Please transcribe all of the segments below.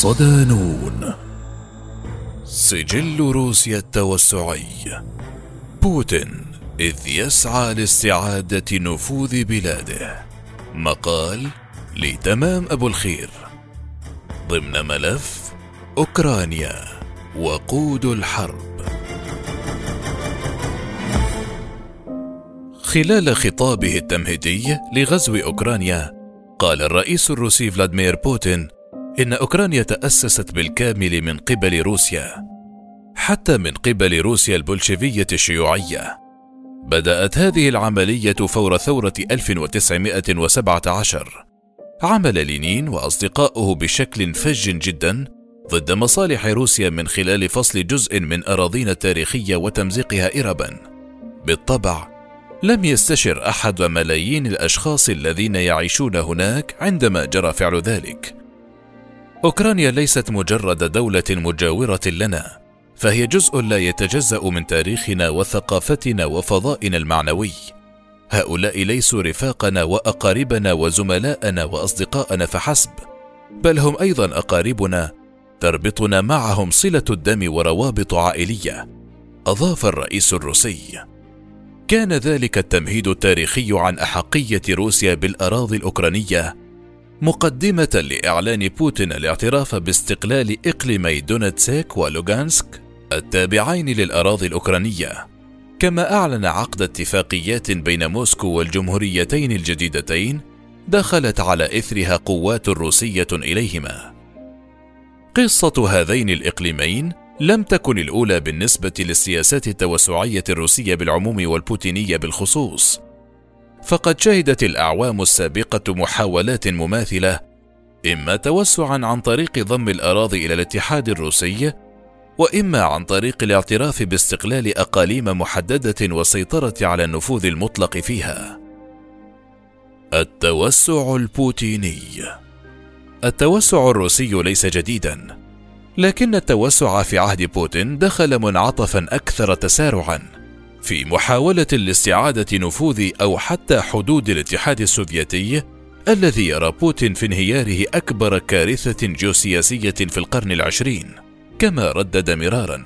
صدانون. سجل روسيا التوسعي. بوتين إذ يسعى لاستعادة نفوذ بلاده. مقال لتمام أبو الخير ضمن ملف أوكرانيا وقود الحرب. خلال خطابه التمهيدي لغزو أوكرانيا، قال الرئيس الروسي فلاديمير بوتين إن أوكرانيا تأسست بالكامل من قبل روسيا، حتى من قبل روسيا البولشيفية الشيوعية. بدأت هذه العملية فور ثورة 1917. عمل لينين وأصدقاؤه بشكل فج جدا ضد مصالح روسيا من خلال فصل جزء من أراضينا التاريخية وتمزيقها إربا. بالطبع لم يستشر أحد ملايين الأشخاص الذين يعيشون هناك عندما جرى فعل ذلك. أوكرانيا ليست مجرد دولة مجاورة لنا، فهي جزء لا يتجزأ من تاريخنا وثقافتنا وفضائنا المعنوي. هؤلاء ليسوا رفاقنا وأقاربنا وزملاءنا وأصدقاءنا فحسب، بل هم أيضا أقاربنا تربطنا معهم صلة الدم وروابط عائلية، أضاف الرئيس الروسي. كان ذلك التمهيد التاريخي عن أحقية روسيا بالأراضي الأوكرانية مقدمة لإعلان بوتين الاعتراف باستقلال إقليمي دونيتسك ولوغانسك التابعين للأراضي الأوكرانية، كما أعلن عقد اتفاقيات بين موسكو والجمهوريتين الجديدتين دخلت على إثرها قوات روسية إليهما. قصة هذين الإقليمين لم تكن الأولى بالنسبة للسياسات التوسعية الروسية بالعموم والبوتينية بالخصوص، فقد شهدت الأعوام السابقة محاولات مماثلة، إما توسعا عن طريق ضم الأراضي إلى الاتحاد الروسي، وإما عن طريق الاعتراف باستقلال أقاليم محددة والسيطرة على النفوذ المطلق فيها. التوسع البوتيني. التوسع الروسي ليس جديدا، لكن التوسع في عهد بوتين دخل منعطفا أكثر تسارعا في محاولة لاستعادة نفوذ أو حتى حدود الاتحاد السوفيتي، الذي يرى بوتين في انهياره أكبر كارثة جيوسياسية في القرن العشرين، كما ردد مرارا.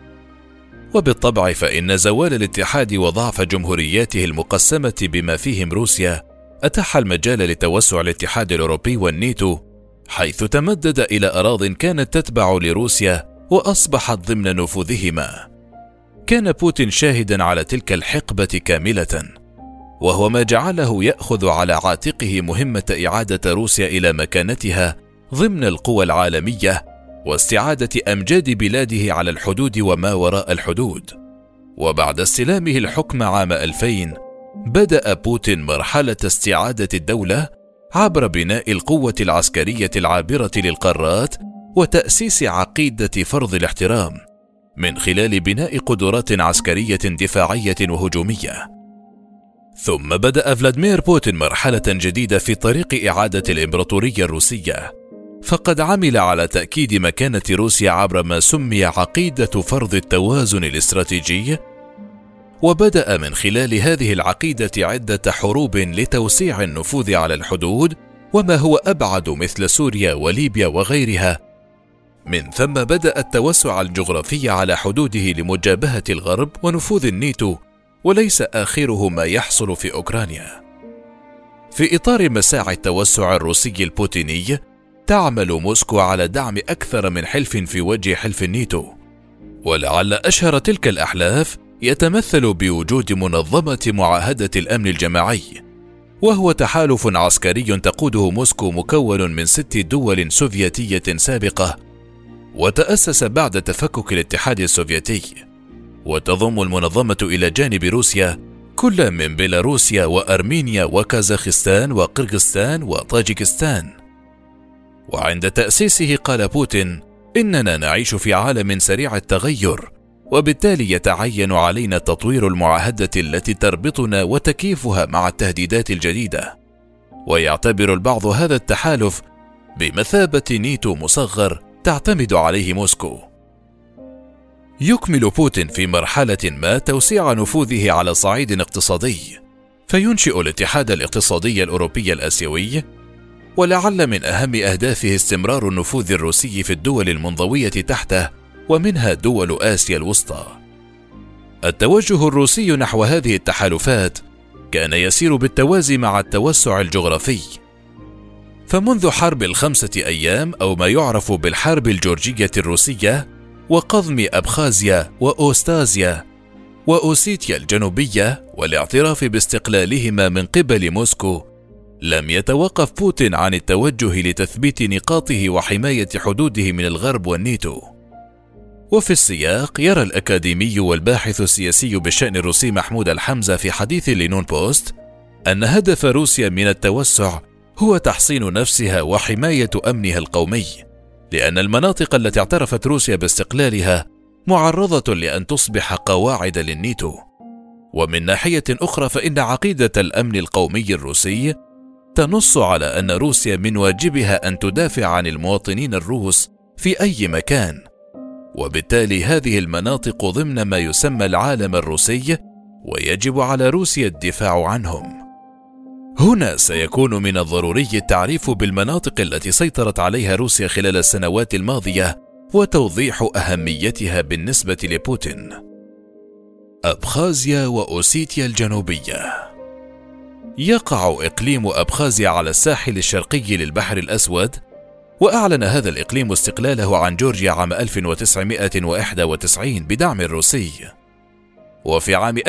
وبالطبع فإن زوال الاتحاد وضعف جمهورياته المقسمة بما فيهم روسيا أتاح المجال لتوسع الاتحاد الأوروبي والنيتو، حيث تمدد إلى أراضٍ كانت تتبع لروسيا وأصبحت ضمن نفوذهما. كان بوتين شاهدا على تلك الحقبة كاملة، وهو ما جعله يأخذ على عاتقه مهمة إعادة روسيا إلى مكانتها ضمن القوى العالمية واستعادة أمجاد بلاده على الحدود وما وراء الحدود. وبعد استلامه الحكم عام 2000 بدأ بوتين مرحلة استعادة الدولة عبر بناء القوة العسكرية العابرة للقارات وتأسيس عقيدة فرض الاحترام من خلال بناء قدرات عسكرية دفاعية وهجومية. ثم بدأ فلاديمير بوتين مرحلة جديدة في طريق إعادة الإمبراطورية الروسية، فقد عمل على تأكيد مكانة روسيا عبر ما سمي عقيدة فرض التوازن الاستراتيجي، وبدأ من خلال هذه العقيدة عدة حروب لتوسيع النفوذ على الحدود وما هو أبعد مثل سوريا وليبيا وغيرها. من ثم بدأ التوسع الجغرافي على حدوده لمجابهة الغرب ونفوذ الناتو، وليس آخره ما يحصل في أوكرانيا. في إطار مساعي التوسع الروسي البوتيني، تعمل موسكو على دعم أكثر من حلف في وجه حلف الناتو، ولعل أشهر تلك الأحلاف يتمثل بوجود منظمة معاهدة الأمن الجماعي، وهو تحالف عسكري تقوده موسكو مكون من 6 دول سوفيتية سابقة، وتأسس بعد تفكك الاتحاد السوفيتي، وتضم المنظمة إلى جانب روسيا كل من بيلاروسيا وأرمينيا وكازاخستان وقرغستان وطاجيكستان. وعند تأسيسه قال بوتين: إننا نعيش في عالم سريع التغير، وبالتالي يتعين علينا تطوير المعاهدة التي تربطنا وتكييفها مع التهديدات الجديدة. ويعتبر البعض هذا التحالف بمثابة نيتو مصغر تعتمد عليه موسكو. يكمل بوتين في مرحلة ما توسيع نفوذه على صعيد اقتصادي، فينشئ الاتحاد الاقتصادي الأوروبي الآسيوي، ولعل من أهم أهدافه استمرار النفوذ الروسي في الدول المنضوية تحته، ومنها دول آسيا الوسطى. التوجه الروسي نحو هذه التحالفات كان يسير بالتوازي مع التوسع الجغرافي، فمنذ حرب 5 أيام أو ما يعرف بالحرب الجورجية الروسية، وقضم أبخازيا وأوستازيا وأوسيتيا الجنوبية والاعتراف باستقلالهما من قبل موسكو، لم يتوقف بوتين عن التوجه لتثبيت نقاطه وحماية حدوده من الغرب والناتو. وفي السياق يرى الأكاديمي والباحث السياسي بالشأن الروسي محمود الحمزة في حديث لنون بوست أن هدف روسيا من التوسع هو تحصين نفسها وحماية أمنها القومي، لأن المناطق التي اعترفت روسيا باستقلالها معرضة لأن تصبح قواعد للناتو. ومن ناحية أخرى فإن عقيدة الأمن القومي الروسي تنص على أن روسيا من واجبها أن تدافع عن المواطنين الروس في أي مكان، وبالتالي هذه المناطق ضمن ما يسمى العالم الروسي، ويجب على روسيا الدفاع عنهم. هنا سيكون من الضروري التعريف بالمناطق التي سيطرت عليها روسيا خلال السنوات الماضية وتوضيح أهميتها بالنسبة لبوتين. أبخازيا وأوسيتيا الجنوبية. يقع إقليم أبخازيا على الساحل الشرقي للبحر الأسود، وأعلن هذا الإقليم استقلاله عن جورجيا عام 1991 بدعم روسي. وفي عام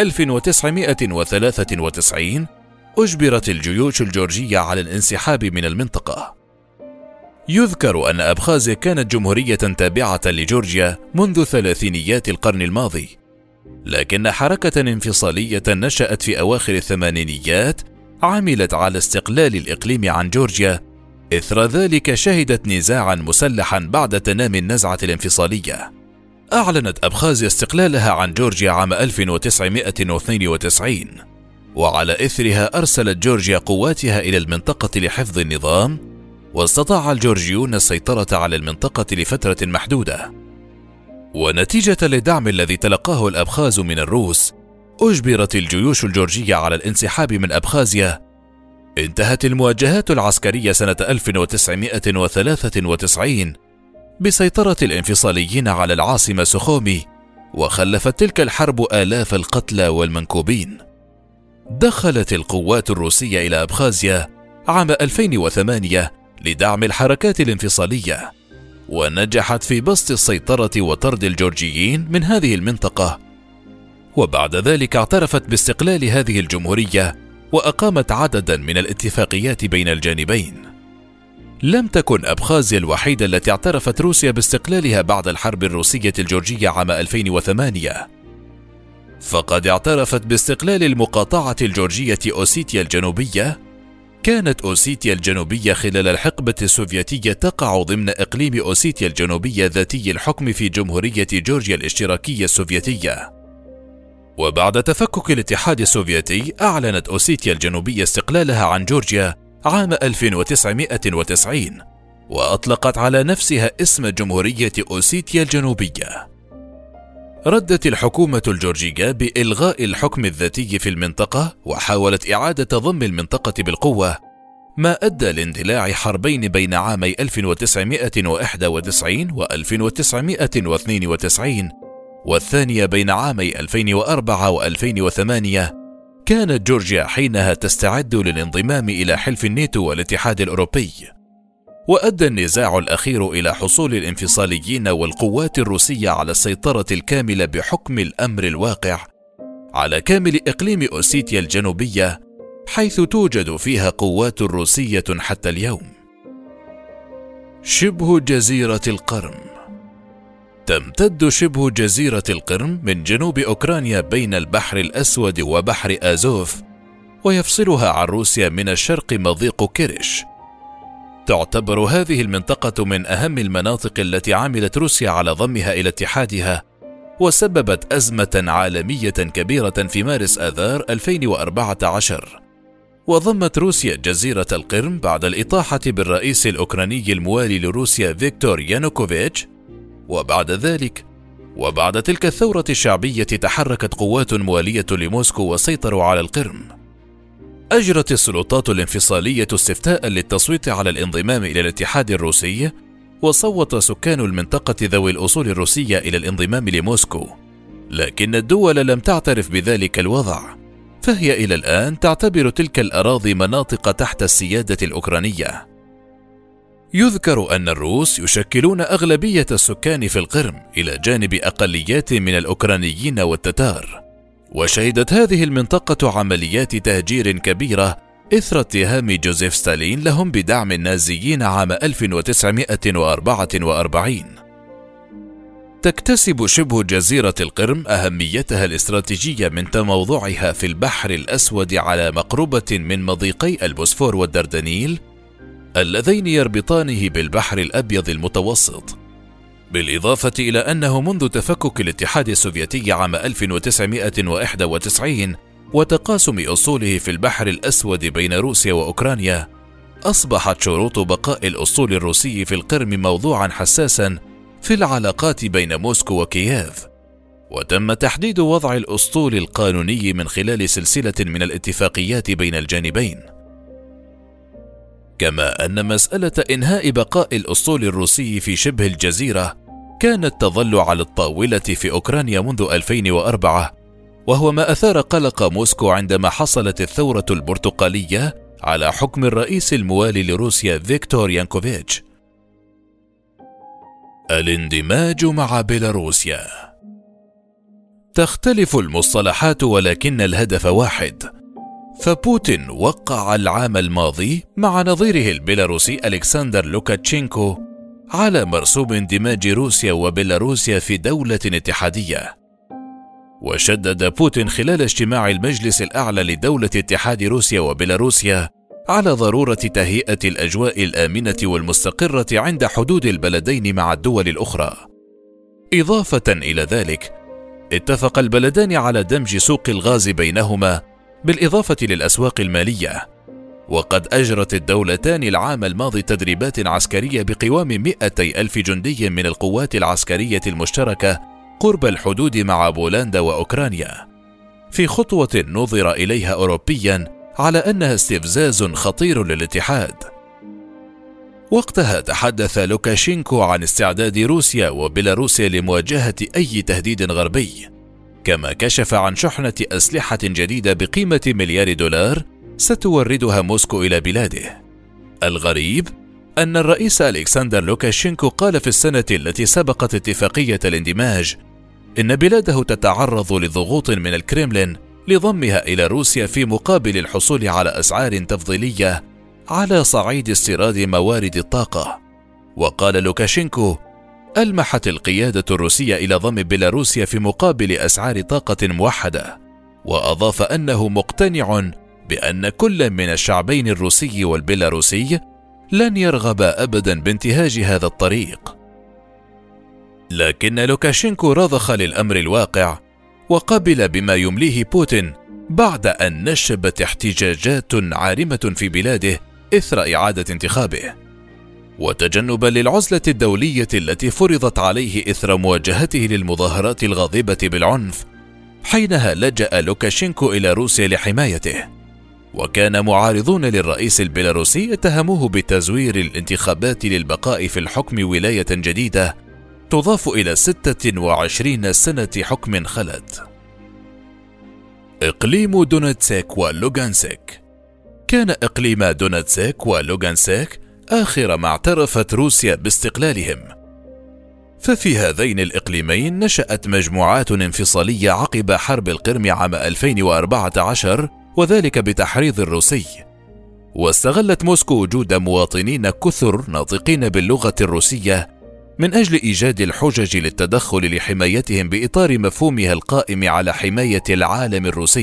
1993 أجبرت الجيوش الجورجية على الانسحاب من المنطقة. يذكر أن أبخازيا كانت جمهورية تابعة لجورجيا منذ ثلاثينيات القرن الماضي، لكن حركة انفصالية نشأت في أواخر الثمانينيات عملت على استقلال الإقليم عن جورجيا. إثر ذلك شهدت نزاعا مسلحا بعد تنامي النزعة الانفصالية. أعلنت أبخازيا استقلالها عن جورجيا عام 1992، وعلى إثرها أرسلت جورجيا قواتها إلى المنطقة لحفظ النظام، واستطاع الجورجيون السيطرة على المنطقة لفترة محدودة. ونتيجة للدعم الذي تلقاه الأبخاز من الروس، أجبرت الجيوش الجورجية على الانسحاب من أبخازيا. انتهت المواجهات العسكرية سنة 1993 بسيطرة الانفصاليين على العاصمة سخومي، وخلفت تلك الحرب آلاف القتلى والمنكوبين. دخلت القوات الروسية إلى أبخازيا عام 2008 لدعم الحركات الانفصالية، ونجحت في بسط السيطرة وطرد الجورجيين من هذه المنطقة. وبعد ذلك اعترفت باستقلال هذه الجمهورية، وأقامت عددا من الاتفاقيات بين الجانبين. لم تكن أبخازيا الوحيدة التي اعترفت روسيا باستقلالها بعد الحرب الروسية الجورجية عام 2008، فقد اعترفت باستقلال المقاطعة الجورجية أوسيتيا الجنوبية. كانت أوسيتيا الجنوبية خلال الحقبة السوفيتية تقع ضمن إقليم أوسيتيا الجنوبية ذاتي الحكم في جمهورية جورجيا الاشتراكية السوفيتية. وبعد تفكك الاتحاد السوفيتي أعلنت أوسيتيا الجنوبية استقلالها عن جورجيا عام 1990، وأطلقت على نفسها اسم جمهورية أوسيتيا الجنوبية. ردت الحكومة الجورجية بإلغاء الحكم الذاتي في المنطقة، وحاولت إعادة ضم المنطقة بالقوة، ما أدى لاندلاع حربين بين عامي 1991 و 1992، والثانية بين عامي 2004 و 2008. كانت جورجيا حينها تستعد للانضمام إلى حلف الناتو والاتحاد الأوروبي. وأدى النزاع الأخير إلى حصول الانفصاليين والقوات الروسية على السيطرة الكاملة بحكم الأمر الواقع على كامل إقليم أوسيتيا الجنوبية، حيث توجد فيها قوات روسية حتى اليوم. شبه جزيرة القرم. تمتد شبه جزيرة القرم من جنوب أوكرانيا بين البحر الأسود وبحر آزوف، ويفصلها عن روسيا من الشرق مضيق كيرش. تعتبر هذه المنطقة من أهم المناطق التي عملت روسيا على ضمها إلى اتحادها، وسببت أزمة عالمية كبيرة في مارس آذار 2014. وضمت روسيا جزيرة القرم بعد الإطاحة بالرئيس الأوكراني الموالي لروسيا فيكتور يانوكوفيتش. وبعد تلك الثورة الشعبية تحركت قوات موالية لموسكو وسيطروا على القرم. أجرت السلطات الانفصالية استفتاء للتصويت على الانضمام إلى الاتحاد الروسي، وصوت سكان المنطقة ذوي الأصول الروسية إلى الانضمام لموسكو، لكن الدول لم تعترف بذلك الوضع، فهي إلى الآن تعتبر تلك الأراضي مناطق تحت السيادة الأوكرانية. يذكر أن الروس يشكلون أغلبية السكان في القرم إلى جانب أقليات من الأوكرانيين والتتار، وشهدت هذه المنطقة عمليات تهجير كبيرة إثر اتهام جوزيف ستالين لهم بدعم النازيين عام 1944. تكتسب شبه جزيرة القرم أهميتها الاستراتيجية من تموضعها في البحر الأسود على مقربة من مضيقي البوسفور والدردنيل اللذين يربطانه بالبحر الأبيض المتوسط، بالإضافة إلى أنه منذ تفكك الاتحاد السوفيتي عام 1991 وتقاسم أصوله في البحر الأسود بين روسيا وأوكرانيا، أصبحت شروط بقاء الأسطول الروسي في القرم موضوعا حساسا في العلاقات بين موسكو وكييف، وتم تحديد وضع الأسطول القانوني من خلال سلسلة من الاتفاقيات بين الجانبين. كما أن مسألة إنهاء بقاء الأسطول الروسي في شبه الجزيرة كانت تظل على الطاولة في أوكرانيا منذ 2004، وهو ما أثار قلق موسكو عندما حصلت الثورة البرتقالية على حكم الرئيس الموالي لروسيا فيكتور يانكوفيتش. الاندماج مع بيلاروسيا. تختلف المصطلحات ولكن الهدف واحد، فبوتين وقع العام الماضي مع نظيره البيلاروسي ألكسندر لوكاتشينكو على مرسوم اندماج روسيا وبيلاروسيا في دولة اتحادية. وشدد بوتين خلال اجتماع المجلس الأعلى لدولة اتحاد روسيا وبيلاروسيا على ضرورة تهيئة الأجواء الآمنة والمستقرة عند حدود البلدين مع الدول الأخرى. إضافة إلى ذلك، اتفق البلدان على دمج سوق الغاز بينهما بالإضافة للأسواق المالية. وقد أجرت الدولتان العام الماضي تدريبات عسكرية بقوام 200,000 جندي من القوات العسكرية المشتركة قرب الحدود مع بولندا وأوكرانيا، في خطوة نظر إليها أوروبيا على أنها استفزاز خطير للاتحاد. وقتها تحدث لوكاشينكو عن استعداد روسيا وبيلاروسيا لمواجهة أي تهديد غربي، كما كشف عن شحنة أسلحة جديدة بقيمة $1,000,000,000 ستوردها موسكو إلى بلاده. الغريب أن الرئيس ألكسندر لوكاشينكو قال في السنة التي سبقت اتفاقية الاندماج إن بلاده تتعرض لضغوط من الكريملين لضمها إلى روسيا في مقابل الحصول على أسعار تفضيلية على صعيد استيراد موارد الطاقة. وقال لوكاشينكو: ألمحت القيادة الروسية إلى ضم بيلاروسيا في مقابل أسعار طاقة موحدة، وأضاف أنه مقتنع بأن كل من الشعبين الروسي والبيلاروسي لن يرغب أبدا بانتهاج هذا الطريق. لكن لوكاشينكو رضخ للأمر الواقع وقبل بما يمليه بوتين بعد أن نشبت احتجاجات عارمة في بلاده إثر إعادة انتخابه، وتجنبا للعزلة الدولية التي فرضت عليه إثر مواجهته للمظاهرات الغاضبة بالعنف. حينها لجأ لوكاشينكو إلى روسيا لحمايته، وكان معارضون للرئيس البيلاروسي اتهموه بتزوير الانتخابات للبقاء في الحكم ولاية جديدة تضاف إلى 26 سنة حكم خلت. إقليم دونيتسك ولوغانسك. كان إقليم دونيتسك ولوغانسك آخر ما اعترفت روسيا باستقلالهم، ففي هذين الإقليمين نشأت مجموعات انفصالية عقب حرب القرم عام 2014، وذلك بتحريض الروسي. واستغلت موسكو وجود مواطنين كثر ناطقين باللغة الروسية من أجل إيجاد الحجج للتدخل لحمايتهم بإطار مفهومها القائم على حماية العالم الروسي.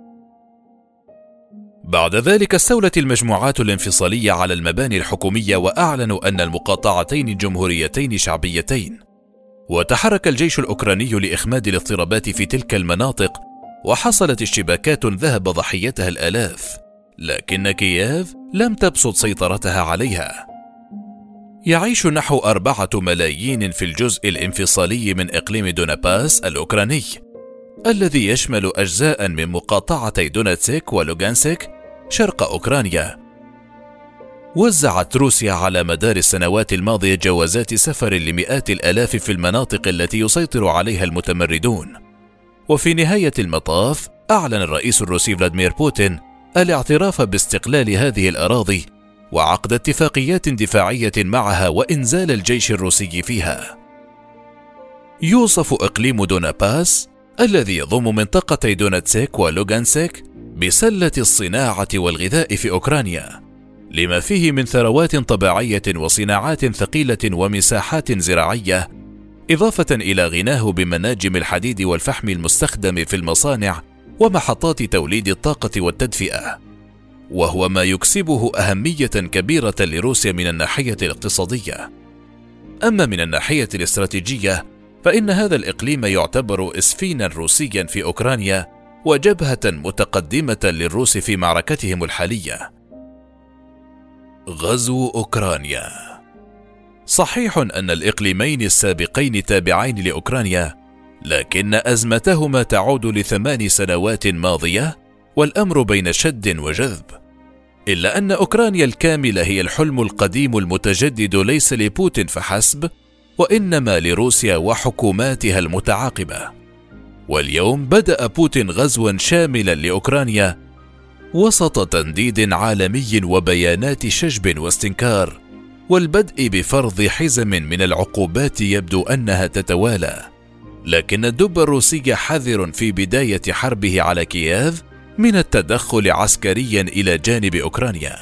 بعد ذلك استولت المجموعات الانفصالية على المباني الحكومية، وأعلنوا أن المقاطعتين جمهوريتين شعبيتين. وتحرك الجيش الأوكراني لإخماد الاضطرابات في تلك المناطق، وحصلت اشتباكات ذهب ضحيتها الآلاف، لكن كييف لم تبسط سيطرتها عليها. يعيش نحو 4 ملايين في الجزء الانفصالي من إقليم دونباس الأوكراني، الذي يشمل أجزاء من مقاطعتي دونيتسك ولوغانسك، شرق أوكرانيا. وزعت روسيا على مدار السنوات الماضية جوازات سفر لمئات الآلاف في المناطق التي يسيطر عليها المتمردون. وفي نهاية المطاف أعلن الرئيس الروسي فلاديمير بوتين الاعتراف باستقلال هذه الأراضي وعقد اتفاقيات دفاعية معها وإنزال الجيش الروسي فيها. يوصف إقليم دونباس الذي يضم منطقتي دونتسك ولوغانسك بسلة الصناعة والغذاء في أوكرانيا، لما فيه من ثروات طبيعية وصناعات ثقيلة ومساحات زراعية، إضافة إلى غناه بمناجم الحديد والفحم المستخدم في المصانع ومحطات توليد الطاقة والتدفئة، وهو ما يكسبه أهمية كبيرة لروسيا من الناحية الاقتصادية. أما من الناحية الاستراتيجية فإن هذا الإقليم يعتبر إسفينا روسيا في أوكرانيا وجبهة متقدمة للروس في معركتهم الحالية. غزو أوكرانيا. صحيح أن الإقليمين السابقين تابعين لأوكرانيا، لكن أزمتهما تعود ل8 سنوات ماضية، والأمر بين شد وجذب. إلا أن أوكرانيا الكاملة هي الحلم القديم المتجدد ليس لبوتين فحسب، وإنما لروسيا وحكوماتها المتعاقبة. واليوم بدأ بوتين غزوا شاملا لأوكرانيا وسط تنديد عالمي وبيانات شجب واستنكار، والبدء بفرض حزم من العقوبات يبدو أنها تتوالى. لكن الدب الروسي حذر في بداية حربه على كييف من التدخل عسكريا إلى جانب أوكرانيا.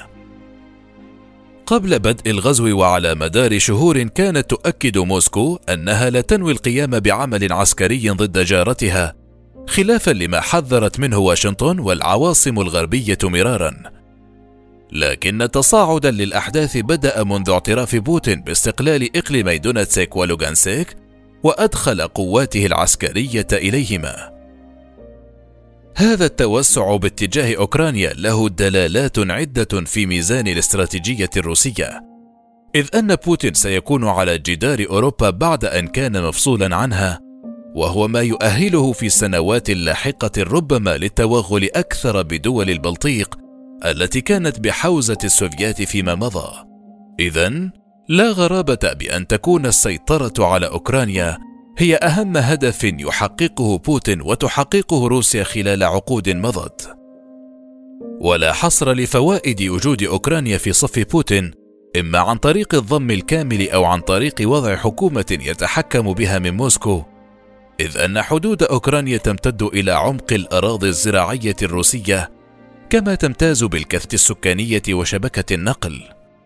قبل بدء الغزو وعلى مدار شهور كانت تؤكد موسكو أنها لا تنوي القيام بعمل عسكري ضد جارتها، خلافا لما حذرت منه واشنطن والعواصم الغربية مرارا. لكن تصاعدا للأحداث بدأ منذ اعتراف بوتين باستقلال إقليمي دونتسك ولوغانسك وأدخل قواته العسكرية إليهما. هذا التوسع باتجاه أوكرانيا له دلالات عدة في ميزان الاستراتيجية الروسية، إذ أن بوتين سيكون على جدار أوروبا بعد أن كان مفصولا عنها، وهو ما يؤهله في السنوات اللاحقة ربما للتوغل أكثر بدول البلطيق التي كانت بحوزة السوفيات فيما مضى. إذن لا غرابة بأن تكون السيطرة على أوكرانيا هي أهم هدف يحققه بوتين وتحققه روسيا خلال عقود مضت. ولا حصر لفوائد وجود أوكرانيا في صف بوتين، إما عن طريق الضم الكامل أو عن طريق وضع حكومة يتحكم بها من موسكو، إذ أن حدود أوكرانيا تمتد إلى عمق الأراضي الزراعية الروسية، كما تمتاز بالكثافة السكانية وشبكة النقل.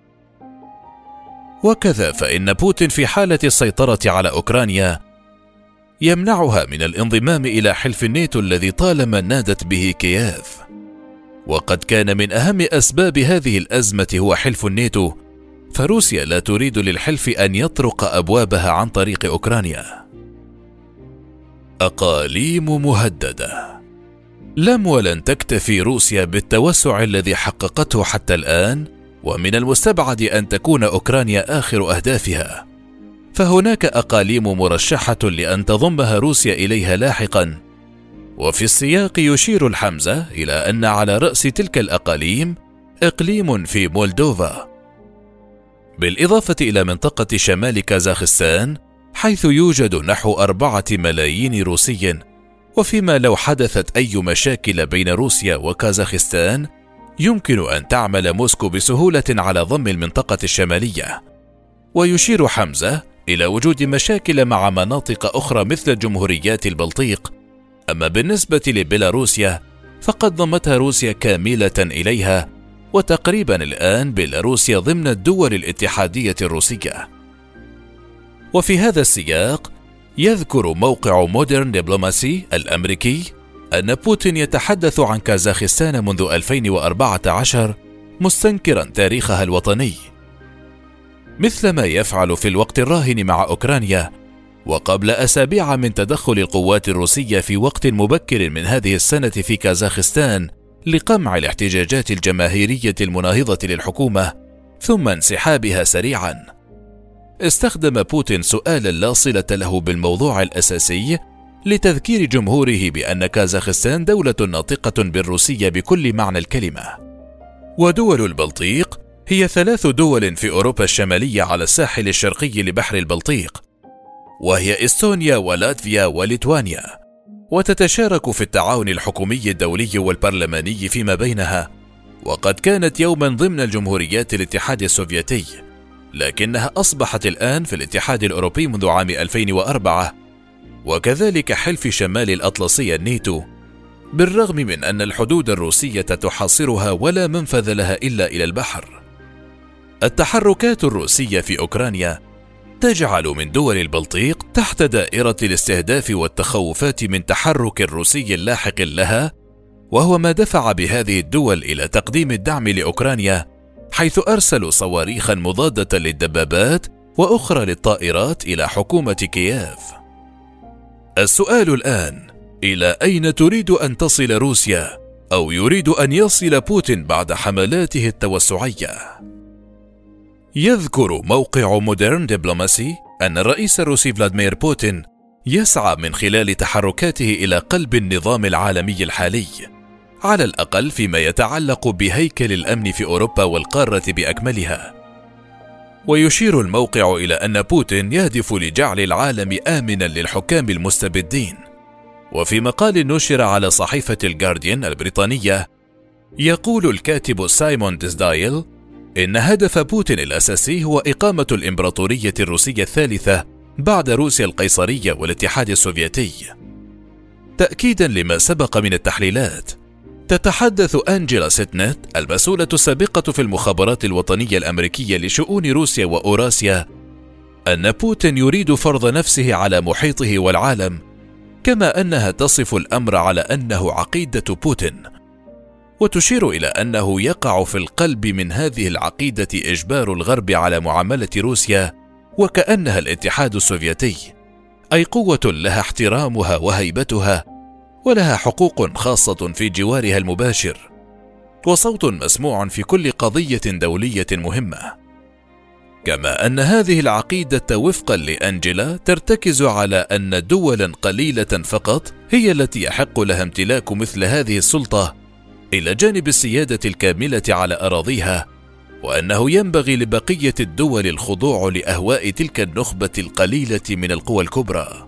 وكذا فإن بوتين في حالة السيطرة على أوكرانيا يمنعها من الانضمام إلى حلف الناتو الذي طالما نادت به كييف. وقد كان من أهم أسباب هذه الأزمة هو حلف الناتو، فروسيا لا تريد للحلف أن يطرق أبوابها عن طريق أوكرانيا. أقاليم مهددة. لم ولن تكتفي روسيا بالتوسع الذي حققته حتى الآن، ومن المستبعد أن تكون أوكرانيا آخر أهدافها، فهناك أقاليم مرشحة لأن تضمها روسيا إليها لاحقا. وفي السياق يشير الحمزة إلى أن على رأس تلك الأقاليم إقليم في مولدوفا، بالإضافة إلى منطقة شمال كازاخستان حيث يوجد نحو 4 ملايين روسي، وفيما لو حدثت أي مشاكل بين روسيا وكازاخستان يمكن أن تعمل موسكو بسهولة على ضم المنطقة الشمالية. ويشير حمزة إلى وجود مشاكل مع مناطق أخرى مثل جمهوريات البلطيق. أما بالنسبة لبيلاروسيا فقد ضمتها روسيا كاملة إليها، وتقريبا الآن بيلاروسيا ضمن الدول الاتحادية الروسية. وفي هذا السياق يذكر موقع مودرن دبلوماسي الأمريكي أن بوتين يتحدث عن كازاخستان منذ 2014 مستنكرا تاريخها الوطني، مثل ما يفعل في الوقت الراهن مع أوكرانيا، وقبل أسابيع من تدخل القوات الروسية في وقت مبكر من هذه السنة في كازاخستان لقمع الاحتجاجات الجماهيرية المناهضة للحكومة ثم انسحابها سريعا. استخدم بوتين سؤالا لا صلة له بالموضوع الأساسي لتذكير جمهوره بأن كازاخستان دولة ناطقة بالروسية بكل معنى الكلمة. ودول البلطيق هي 3 دول في أوروبا الشمالية على الساحل الشرقي لبحر البلطيق، وهي إستونيا ولاتفيا وليتوانيا، وتتشارك في التعاون الحكومي الدولي والبرلماني فيما بينها، وقد كانت يوما ضمن الجمهوريات الاتحاد السوفيتي، لكنها أصبحت الآن في الاتحاد الأوروبي منذ عام 2004، وكذلك حلف شمال الأطلسي الناتو، بالرغم من أن الحدود الروسية تحاصرها ولا منفذ لها إلا إلى البحر. التحركات الروسية في أوكرانيا تجعل من دول البلطيق تحت دائرة الاستهداف والتخوفات من تحرك روسي لاحق لها، وهو ما دفع بهذه الدول إلى تقديم الدعم لأوكرانيا، حيث أرسلوا صواريخا مضادة للدبابات وأخرى للطائرات إلى حكومة كييف. السؤال الآن: إلى أين تريد أن تصل روسيا، أو يريد أن يصل بوتين بعد حملاته التوسعية؟ يذكر موقع مودرن دبلوماسي أن الرئيس الروسي فلاديمير بوتين يسعى من خلال تحركاته إلى قلب النظام العالمي الحالي، على الأقل فيما يتعلق بهيكل الأمن في أوروبا والقارة بأكملها. ويشير الموقع إلى أن بوتين يهدف لجعل العالم آمنا للحكام المستبدين. وفي مقال نشر على صحيفة الجارديان البريطانية، يقول الكاتب سايمون ديزدايل إن هدف بوتين الأساسي هو إقامة الإمبراطورية الروسية الثالثة بعد روسيا القيصرية والاتحاد السوفيتي. تأكيدا لما سبق من التحليلات، تتحدث أنجيلا سيتنت المسؤولة السابقة في المخابرات الوطنية الأمريكية لشؤون روسيا وأوراسيا أن بوتين يريد فرض نفسه على محيطه والعالم، كما أنها تصف الأمر على أنه عقيدة بوتين، وتشير إلى أنه يقع في القلب من هذه العقيدة إجبار الغرب على معاملة روسيا وكأنها الاتحاد السوفيتي، أي قوة لها احترامها وهيبتها، ولها حقوق خاصة في جوارها المباشر، وصوت مسموع في كل قضية دولية مهمة. كما أن هذه العقيدة وفقا لأنجيلا ترتكز على أن دولا قليلة فقط هي التي يحق لها امتلاك مثل هذه السلطة إلى جانب السيادة الكاملة على أراضيها، وأنه ينبغي لبقية الدول الخضوع لأهواء تلك النخبة القليلة من القوى الكبرى.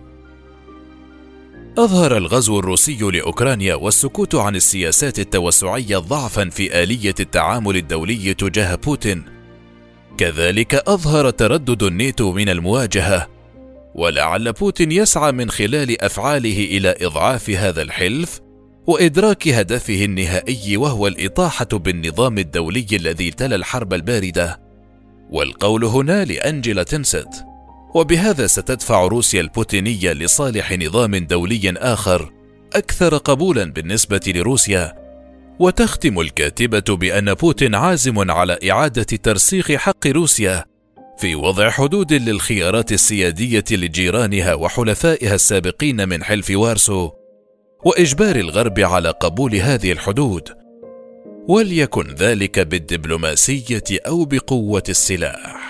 أظهر الغزو الروسي لأوكرانيا والسكوت عن السياسات التوسعية ضعفا في آلية التعامل الدولي تجاه بوتين. كذلك أظهر تردد الناتو من المواجهة، ولعل بوتين يسعى من خلال أفعاله إلى إضعاف هذا الحلف وإدراك هدفه النهائي، وهو الإطاحة بالنظام الدولي الذي تلا الحرب الباردة. والقول هنا لأنجيلا تنست، وبهذا ستدفع روسيا البوتينية لصالح نظام دولي آخر أكثر قبولا بالنسبة لروسيا. وتختم الكاتبة بأن بوتين عازم على إعادة ترسيخ حق روسيا في وضع حدود للخيارات السيادية لجيرانها وحلفائها السابقين من حلف وارسو، وإجبار الغرب على قبول هذه الحدود، وليكن ذلك بالدبلوماسية أو بقوة السلاح.